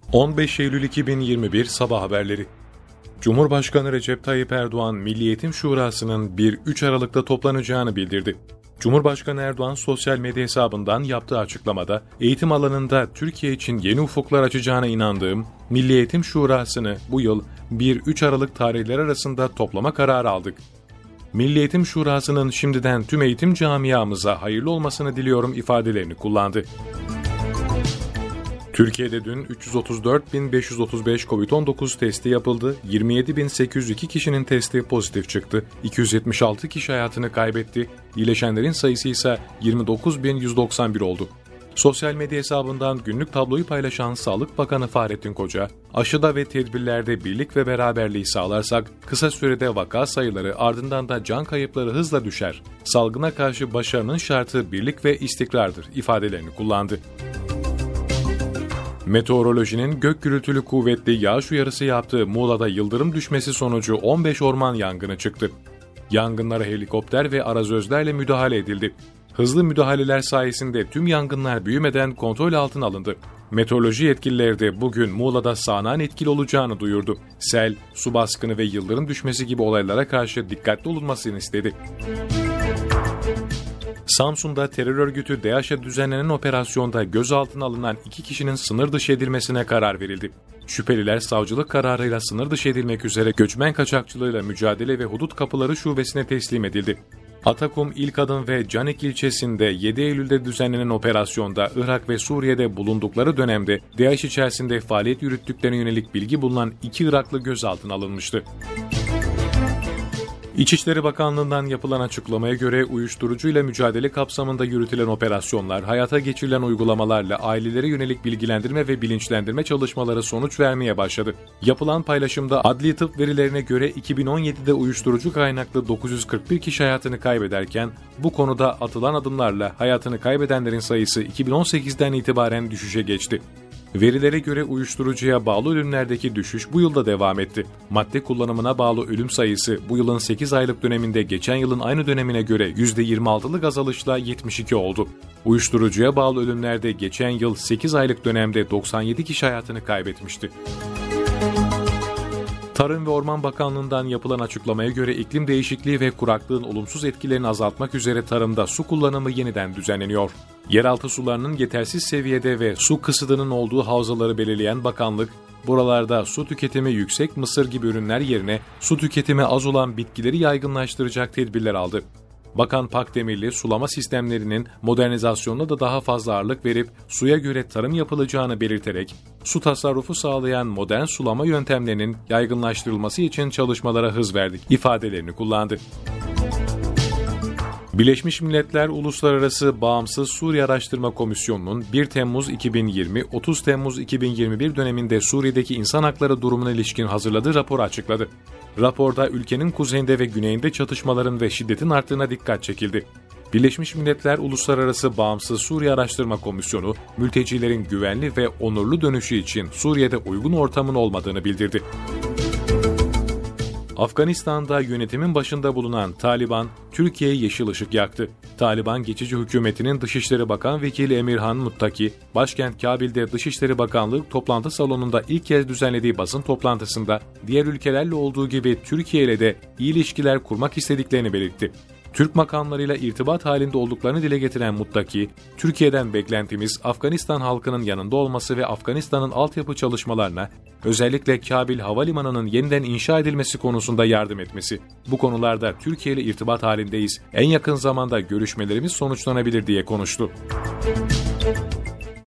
15 Eylül 2021 Sabah Haberleri. Cumhurbaşkanı Recep Tayyip Erdoğan, Milli Eğitim Şurası'nın 1-3 Aralık'ta toplanacağını bildirdi. Cumhurbaşkanı Erdoğan sosyal medya hesabından yaptığı açıklamada, eğitim alanında Türkiye için yeni ufuklar açacağına inandığım Milli Eğitim Şurası'nı bu yıl 1-3 Aralık tarihleri arasında toplama kararı aldık. Milli Eğitim Şurası'nın şimdiden tüm eğitim camiamıza hayırlı olmasını diliyorum ifadelerini kullandı. Türkiye'de dün 334.535 COVID-19 testi yapıldı, 27.802 kişinin testi pozitif çıktı, 276 kişi hayatını kaybetti, iyileşenlerin sayısı ise 29.191 oldu. Sosyal medya hesabından günlük tabloyu paylaşan Sağlık Bakanı Fahrettin Koca, aşıda ve tedbirlerde birlik ve beraberliği sağlarsak kısa sürede vaka sayıları ardından da can kayıpları hızla düşer. Salgına karşı başarının şartı birlik ve istikrardır ifadelerini kullandı. Meteorolojinin gök gürültülü kuvvetli yağış uyarısı yaptığı Muğla'da yıldırım düşmesi sonucu 15 orman yangını çıktı. Yangınlara helikopter ve arazözlerle müdahale edildi. Hızlı müdahaleler sayesinde tüm yangınlar büyümeden kontrol altına alındı. Meteoroloji yetkilileri de bugün Muğla'da sağanağın etkili olacağını duyurdu. Sel, su baskını ve yıldırım düşmesi gibi olaylara karşı dikkatli olunmasını istedi. Samsun'da terör örgütü DAEŞ'e düzenlenen operasyonda gözaltına alınan 2 kişinin sınır dışı edilmesine karar verildi. Şüpheliler savcılık kararıyla sınır dışı edilmek üzere göçmen kaçakçılığıyla mücadele ve hudut kapıları şubesine teslim edildi. Atakum, İlkadın ve Canik ilçesinde 7 Eylül'de düzenlenen operasyonda Irak ve Suriye'de bulundukları dönemde DAEŞ içerisinde faaliyet yürüttüklerine yönelik bilgi bulunan 2 Iraklı gözaltına alınmıştı. İçişleri Bakanlığı'ndan yapılan açıklamaya göre uyuşturucuyla mücadele kapsamında yürütülen operasyonlar, hayata geçirilen uygulamalarla ailelere yönelik bilgilendirme ve bilinçlendirme çalışmaları sonuç vermeye başladı. Yapılan paylaşımda adli tıp verilerine göre 2017'de uyuşturucu kaynaklı 941 kişi hayatını kaybederken bu konuda atılan adımlarla hayatını kaybedenlerin sayısı 2018'den itibaren düşüşe geçti. Verilere göre uyuşturucuya bağlı ölümlerdeki düşüş bu yılda devam etti. Madde kullanımına bağlı ölüm sayısı bu yılın 8 aylık döneminde geçen yılın aynı dönemine göre %26'lık azalışla 72 oldu. Uyuşturucuya bağlı ölümlerde geçen yıl 8 aylık dönemde 97 kişi hayatını kaybetmişti. Tarım ve Orman Bakanlığı'ndan yapılan açıklamaya göre iklim değişikliği ve kuraklığın olumsuz etkilerini azaltmak üzere tarımda su kullanımı yeniden düzenleniyor. Yeraltı sularının yetersiz seviyede ve su kısıtının olduğu havzaları belirleyen bakanlık, buralarda su tüketimi yüksek mısır gibi ürünler yerine su tüketimi az olan bitkileri yaygınlaştıracak tedbirler aldı. Bakan Pakdemirli, sulama sistemlerinin modernizasyonuna da daha fazla ağırlık verip suya göre tarım yapılacağını belirterek, su tasarrufu sağlayan modern sulama yöntemlerinin yaygınlaştırılması için çalışmalara hız verdik ifadelerini kullandı. Birleşmiş Milletler Uluslararası Bağımsız Suriye Araştırma Komisyonu'nun 1 Temmuz 2020-30 Temmuz 2021 döneminde Suriye'deki insan hakları durumuna ilişkin hazırladığı raporu açıkladı. Raporda ülkenin kuzeyinde ve güneyinde çatışmaların ve şiddetin arttığına dikkat çekildi. Birleşmiş Milletler Uluslararası Bağımsız Suriye Araştırma Komisyonu, mültecilerin güvenli ve onurlu dönüşü için Suriye'de uygun ortamın olmadığını bildirdi. Afganistan'da yönetimin başında bulunan Taliban, Türkiye'ye yeşil ışık yaktı. Taliban geçici hükümetinin Dışişleri Bakan Vekili Emirhan Muttaki, başkent Kabil'de Dışişleri Bakanlığı toplantı salonunda ilk kez düzenlediği basın toplantısında diğer ülkelerle olduğu gibi Türkiye ile de iyi ilişkiler kurmak istediklerini belirtti. Türk makamlarıyla irtibat halinde olduklarını dile getiren Muttaki, Türkiye'den beklentimiz Afganistan halkının yanında olması ve Afganistan'ın altyapı çalışmalarına, özellikle Kabil Havalimanı'nın yeniden inşa edilmesi konusunda yardım etmesi. Bu konularda Türkiye ile irtibat halindeyiz. En yakın zamanda görüşmelerimiz sonuçlanabilir diye konuştu.